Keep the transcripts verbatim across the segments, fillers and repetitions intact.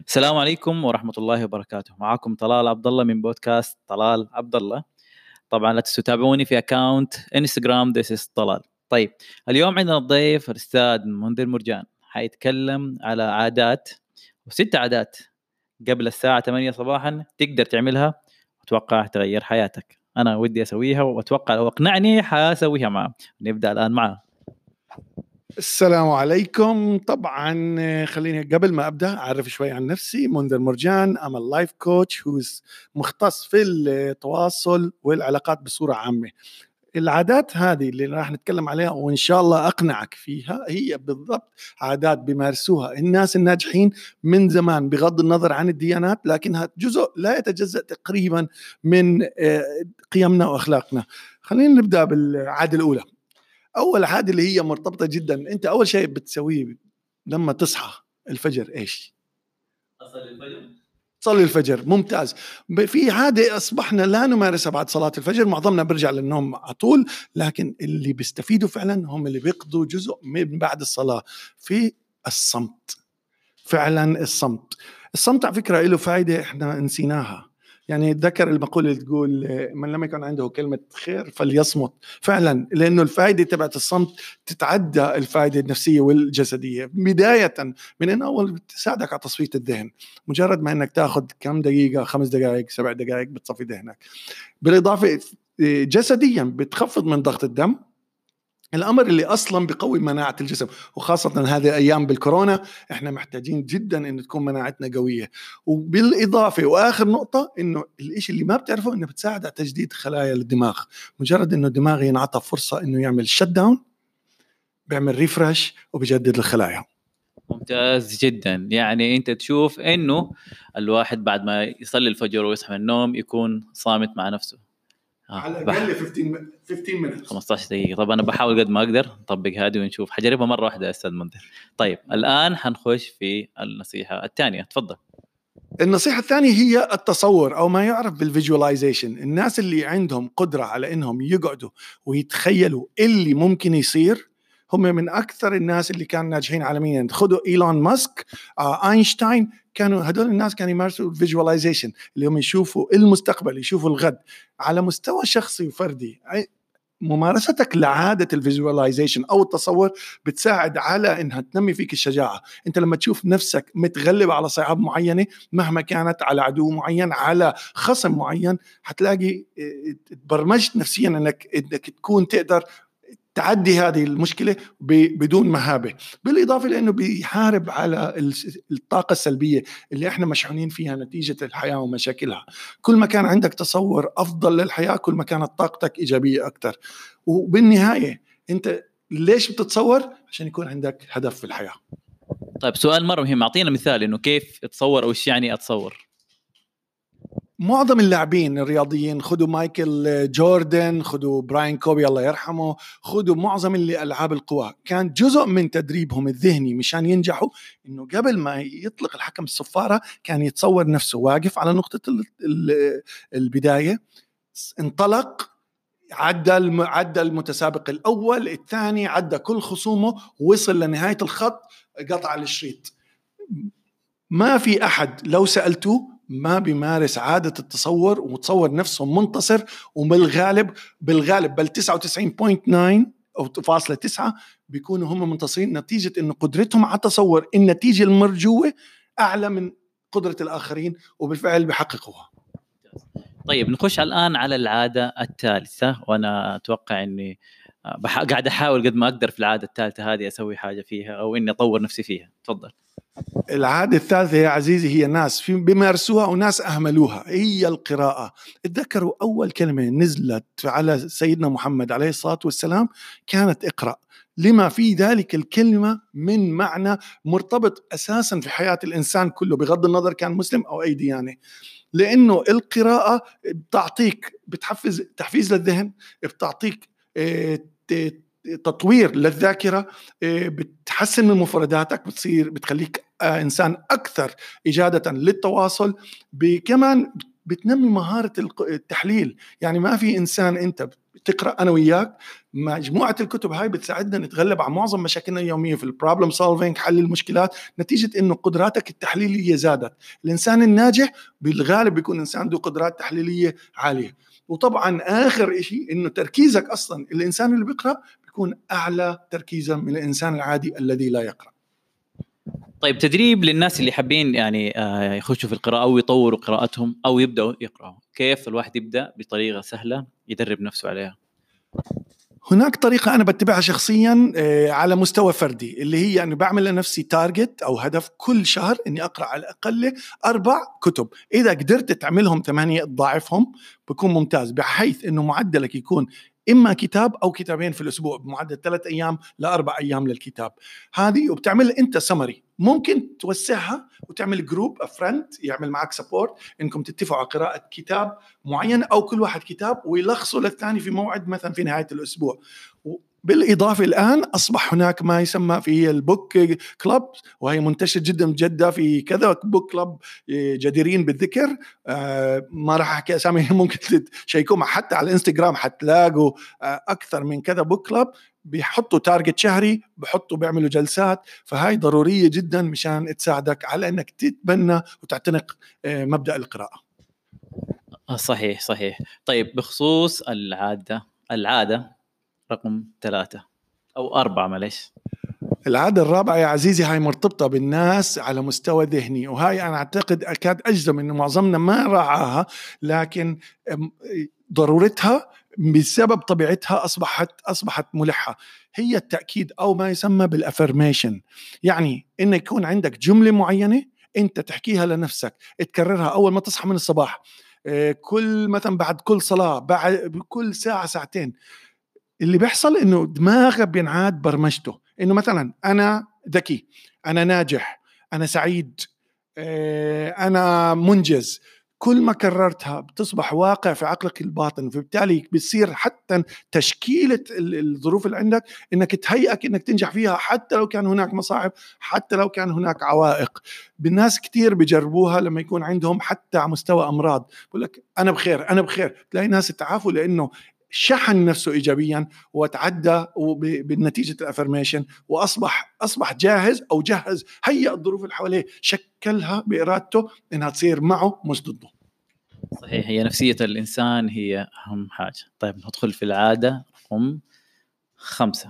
السلام عليكم ورحمة الله وبركاته. معكم طلال عبد الله من بودكاست طلال عبد الله. طبعا لا تنسوا تتابعوني في اكاونت انستغرام this is طلال. طيب اليوم عندنا الضيف الأستاذ منذر مرجان، حيتكلم على عادات وست عادات قبل الساعة ثمانية صباحا تقدر تعملها وتوقع تغير حياتك. أنا ودي أسويها وأتوقع لو أقنعني حاسويها معه. نبدأ الآن معه. السلام عليكم. طبعا خليني قبل ما أبدأ أعرف شوي عن نفسي. منذر مرجان I'm a life coach who's مختص في التواصل والعلاقات بصورة عامة. العادات هذه اللي راح نتكلم عليها وإن شاء الله أقنعك فيها هي بالضبط عادات بيمارسوها الناس الناجحين من زمان بغض النظر عن الديانات، لكنها جزء لا يتجزأ تقريبا من قيمنا وأخلاقنا. خلينا نبدأ بالعادة الأولى. أول عادة اللي هي مرتبطة جدا، أنت أول شيء بتسويه لما تصحى الفجر إيش؟ أصلي الفجر. صلي الفجر، ممتاز. في عادة أصبحنا لا نمارسها بعد صلاة الفجر، معظمنا برجع للنوم على طول، لكن اللي بيستفيدوا فعلا هم اللي بيقضوا جزء من بعد الصلاة في الصمت. فعلا الصمت الصمت على فكرة له فائدة إحنا نسيناها. يعني ذكر المقولة اللي تقول من لم يكن عنده كلمة خير فليصمت. فعلا لأنه الفائدة تبعت الصمت تتعدى الفائدة النفسية والجسدية. بداية من أنه أول تساعدك على تصفية الذهن، مجرد ما أنك تأخذ كم دقيقة، خمس دقائق، سبع دقائق بتصفي ذهنك. بالإضافة جسديا بتخفض من ضغط الدم، الأمر اللي أصلاً بقوي مناعة الجسم، وخاصة هذه الأيام بالكورونا إحنا محتاجين جداً إن تكون مناعتنا قوية. وبالإضافة وآخر نقطة إنه الإشي اللي ما بتعرفه إنه بتساعد على تجديد خلايا الدماغ. مجرد إنه الدماغ ينعطى فرصة إنه يعمل شت داون بيعمل ريفرش وبيجدد الخلايا. ممتاز جدا. يعني أنت تشوف إنه الواحد بعد ما يصلي الفجر ويصحى من النوم يكون صامت مع نفسه على الأقل خمستاشر minutes. خمستاشر دقيقة. طب أنا بحاول قد ما أقدر نطبق هذه ونشوف، حجربها مرة واحدة يا أستاذ منذر. طيب الآن حنخش في النصيحة الثانية، تفضل. النصيحة الثانية هي التصور أو ما يعرف بالفيجواليزيشن. الناس اللي عندهم قدرة على إنهم يقعدوا ويتخيلوا اللي ممكن يصير هم من أكثر الناس اللي كانوا ناجحين عالميا. خذوا إيلون ماسك، آه، أينشتاين، كانوا هدول الناس كانوا يمارسوا الفيجواليزيشن اللي هم يشوفوا المستقبل، يشوفوا الغد على مستوى شخصي وفردي. ممارستك لعادة الفيجواليزيشن أو التصور بتساعد على إنها تنمي فيك الشجاعة. أنت لما تشوف نفسك متغلب على صعاب معينة مهما كانت، على عدو معين، على خصم معين، هتلاقي تبرمجت نفسيا إنك إنك تكون تقدر تعدي هذه المشكلة بدون مهابة. بالإضافة لأنه بيحارب على الطاقة السلبية اللي إحنا مشحونين فيها نتيجة الحياة ومشاكلها. كل ما كان عندك تصور أفضل للحياة كل ما كانت طاقتك إيجابية أكتر. وبالنهاية أنت ليش بتتصور؟ عشان يكون عندك هدف في الحياة. طيب سؤال مرة مهم، أعطينا مثال إنه كيف أتصور أو إيش يعني أتصور. معظم اللاعبين الرياضيين، خدوا مايكل جوردن، خدوا براين كوبي الله يرحمه، خدوا معظم اللي ألعاب القوى، كان جزء من تدريبهم الذهني مشان ينجحوا إنه قبل ما يطلق الحكم الصفارة كان يتصور نفسه واقف على نقطة البداية، انطلق، عدى عدى المتسابق الأول الثاني، عدى كل خصومه، وصل لنهاية الخط، قطع الشريط. ما في أحد لو سألته ما بيمارس عادة التصور وتصور نفسه منتصر، وبالغالب بالغالب بل تسعة وتسعين فاصلة تسعة أو فاصلة تسعة بيكونوا هم منتصرين نتيجة إنه قدرتهم على التصور النتيجة المرجوة أعلى من قدرة الآخرين، وبالفعل بيحققوها. طيب نخش الآن على العادة الثالثة، وأنا أتوقع إني بح... قاعد أحاول قد ما أقدر في العادة الثالثة هذه أسوي حاجة فيها أو إني أطور نفسي فيها. تفضل. العادة الثالثة يا عزيزي هي ناس في بيمارسوها وناس أهملوها، هي القراءة. اتذكروا أول كلمة نزلت على سيدنا محمد عليه الصلاة والسلام كانت اقرأ، لما في ذلك الكلمة من معنى مرتبط أساسا في حياة الإنسان كله بغض النظر كان مسلم أو أي ديانة. لأنه القراءة بتعطيك بتحفز تحفيز للذهن، بتعطيك تطوير للذاكرة، بتحسن من مفرداتك، بتصير بتخليك إنسان أكثر إجادة للتواصل، كمان بتنمي مهارة التحليل. يعني ما في إنسان أنت بتقرأ أنا وياك مجموعة الكتب هاي بتساعدنا نتغلب على معظم مشاكلنا اليومية في البروبلم سولفينج، حل المشكلات، نتيجة إنه قدراتك التحليلية زادت. الإنسان الناجح بالغالب بيكون إنسان عنده قدرات تحليلية عالية. وطبعا آخر إشي إنه تركيزك أصلا، الإنسان اللي بيقرأ بيكون أعلى تركيزا من الإنسان العادي الذي لا يقرأ. طيب تدريب للناس اللي حابين يعني يخشوا في القراءة أو يطوروا قراءتهم أو يبدأوا يقرأوا، كيف الواحد يبدأ بطريقة سهلة يدرب نفسه عليها؟ هناك طريقة أنا بتبعها شخصياً على مستوى فردي، اللي هي أنا بعمل لنفسي تارجت أو هدف كل شهر إني أقرأ على الأقل أربع كتب. إذا قدرت تعملهم ثمانية ضاعفهم بكون ممتاز، بحيث إنه معدلك يكون إما كتاب أو كتابين في الأسبوع بمعدل ثلاث أيام لأربع أيام للكتاب هذه. وبتعمل أنت سمري، ممكن توسعها وتعمل جروب فريند يعمل معك سبورت، إنكم تتفقوا على قراءة كتاب معين أو كل واحد كتاب ويلخصوا للثاني في موعد مثلا في نهاية الأسبوع. بالإضافة الآن أصبح هناك ما يسمى في البوك كلاب، وهي منتشر جدا بجدة، في كذا بوك كلاب جديرين بالذكر. آه ما راح أحكي أسامي، ممكن تشيكوهم حتى على الانستغرام حتلاقوا آه أكثر من كذا بوك كلاب بيحطوا تارجت شهري، بيحطوا بيعملوا جلسات. فهاي ضرورية جدا مشان تساعدك على أنك تتبنى وتعتنق آه مبدأ القراءة. صحيح صحيح. طيب بخصوص العادة، العادة رقم ثلاثة أو أربعة معلش. العادة الرابعة يا عزيزي هاي مرتبطة بالناس على مستوى ذهني، وهاي أنا أعتقد أكاد أجزم إنه معظمنا ما راعاها، لكن ضرورتها بسبب طبيعتها أصبحت أصبحت ملحة. هي التأكيد أو ما يسمى بالأفرميشن. يعني إنه يكون عندك جملة معينة أنت تحكيها لنفسك، تكررها أول ما تصحى من الصباح، كل مثلا بعد كل صلاة، بعد كل ساعة ساعتين. اللي بيحصل إنه دماغك بينعاد برمجته، إنه مثلا أنا ذكي، أنا ناجح، أنا سعيد، أنا منجز. كل ما كررتها بتصبح واقع في عقلك الباطن، فبالتالي بتصير حتى تشكيلة الظروف اللي عندك إنك تهيئك إنك تنجح فيها، حتى لو كان هناك مصاعب، حتى لو كان هناك عوائق. بالناس كتير بيجربوها لما يكون عندهم حتى على مستوى أمراض، بقول لك أنا بخير أنا بخير، تلاقي ناس تعافوا لأنه شحن نفسه إيجابيا وتعدى بالنتيجة الأفرميشن، وأصبح أصبح جاهز أو جهز، هيئ الظروف اللي حواليه، شكلها بإرادته إنها تصير معه مش ضده. صحيح، هي نفسية الإنسان هي أهم حاجة. طيب ندخل في العادة رقم خمسة.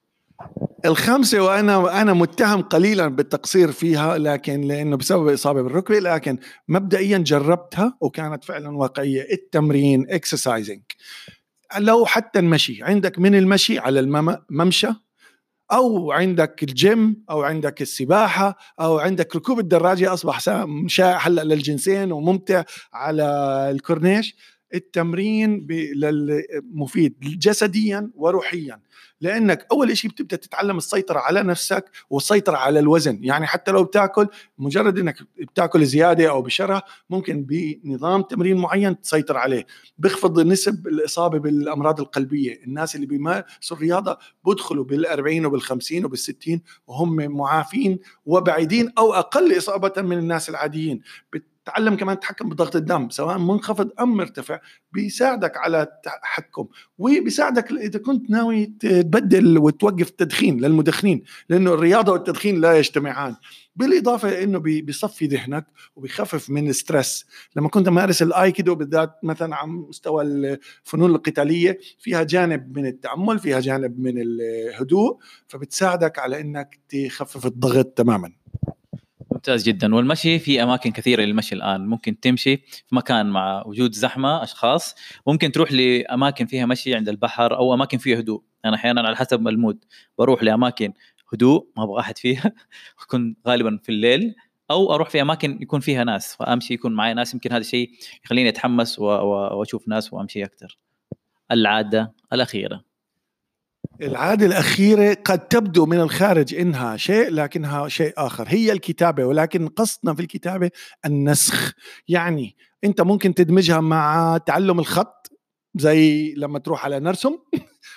الخمسة وأنا أنا متهم قليلا بالتقصير فيها، لكن لأنه بسبب إصابة بالركبة، لكن مبدئيا جربتها وكانت فعلا واقعية. التمرين exercising، لو حتى المشي، عندك من المشي على الممشى، أو عندك الجيم، أو عندك السباحة، أو عندك ركوب الدراجة، أصبح شائع هلأ للجنسين وممتع على الكورنيش. التمرين مفيد جسديا وروحيا، لأنك أول إشي بتبدأ تتعلم السيطرة على نفسك والسيطرة على الوزن. يعني حتى لو بتاكل، مجرد أنك بتاكل زيادة أو بشره، ممكن بنظام تمرين معين تسيطر عليه. بيخفض نسب الإصابة بالأمراض القلبية. الناس اللي بيمارسوا الرياضة بدخلوا بالأربعين وبالخمسين وبالستين وهم معافين وبعيدين أو أقل إصابة من الناس العاديين. تعلم كمان تتحكم بضغط الدم سواء منخفض أم مرتفع، بيساعدك على التحكم، وبيساعدك إذا كنت ناوي تبدل وتوقف التدخين للمدخنين، لأنه الرياضة والتدخين لا يجتمعان. بالإضافة إنه بيصفي ذهنك وبيخفف من السترس. لما كنت مارس الآيكيدو بالذات مثلا على مستوى الفنون القتالية، فيها جانب من التأمل، فيها جانب من الهدوء، فبتساعدك على إنك تخفف الضغط تماما. ممتاز جدا. والمشي في أماكن كثيرة للمشي الآن، ممكن تمشي في مكان مع وجود زحمة أشخاص، ممكن تروح لأماكن فيها مشي عند البحر أو أماكن فيها هدوء. أنا أحيانا على حسب المود بروح لأماكن هدوء ما أبغى أحد فيها وكن غالبا في الليل، أو أروح في أماكن يكون فيها ناس فأمشي يكون معي ناس، يمكن هذا الشيء يخليني أتحمس وأشوف ناس وأمشي أكتر. العادة الأخيرة. العادة الأخيرة قد تبدو من الخارج إنها شيء لكنها شيء آخر، هي الكتابة. ولكن قصدنا في الكتابة النسخ. يعني أنت ممكن تدمجها مع تعلم الخط، زي لما تروح على نرسم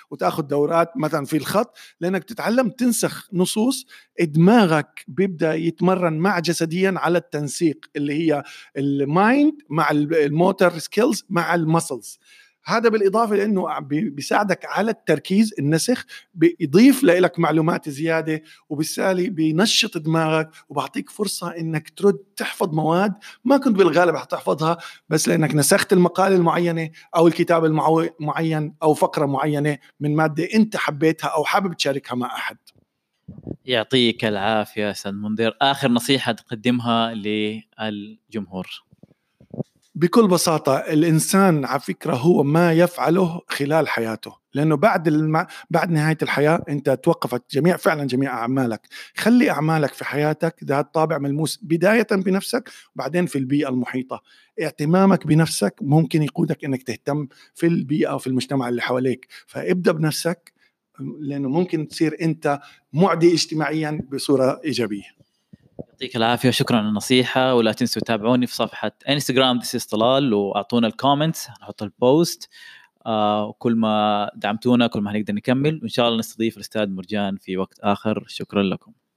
وتاخذ دورات مثلا في الخط، لانك تتعلم تنسخ نصوص. دماغك بيبدا يتمرن مع جسديا على التنسيق اللي هي المايند مع الموتور سكيلز مع المسلز. هذا بالإضافة لأنه بيساعدك على التركيز، النسخ بيضيف لك معلومات زيادة، وبالتالي بينشط دماغك وبعطيك فرصة إنك ترد تحفظ مواد ما كنت بالغالب هتحفظها، بس لأنك نسخت المقالة المعينة أو الكتاب المعين أو فقرة معينة من مادة أنت حبيتها أو حابب تشاركها مع أحد. يعطيك العافية أستاذ منذر، آخر نصيحة تقدمها للجمهور. بكل بساطة الإنسان على فكرة هو ما يفعله خلال حياته، لأنه بعد الم... بعد نهاية الحياة أنت توقفت جميع فعلا جميع أعمالك. خلي أعمالك في حياتك ذات طابع ملموس، بداية بنفسك وبعدين في البيئة المحيطة. اهتمامك بنفسك ممكن يقودك أنك تهتم في البيئة وفي المجتمع اللي حواليك، فابدأ بنفسك، لأنه ممكن تصير أنت معدي اجتماعيا بصورة إيجابية. يعطيك العافية، شكرا على النصيحة، ولا تنسوا تتابعوني في صفحة انستغرام This is طلال، وأعطونا الكومنتس، نحط البوست. آه وكل ما دعمتونا كل ما هنقدر نكمل، وإن شاء الله نستضيف الأستاذ مرجان في وقت آخر. شكرا لكم.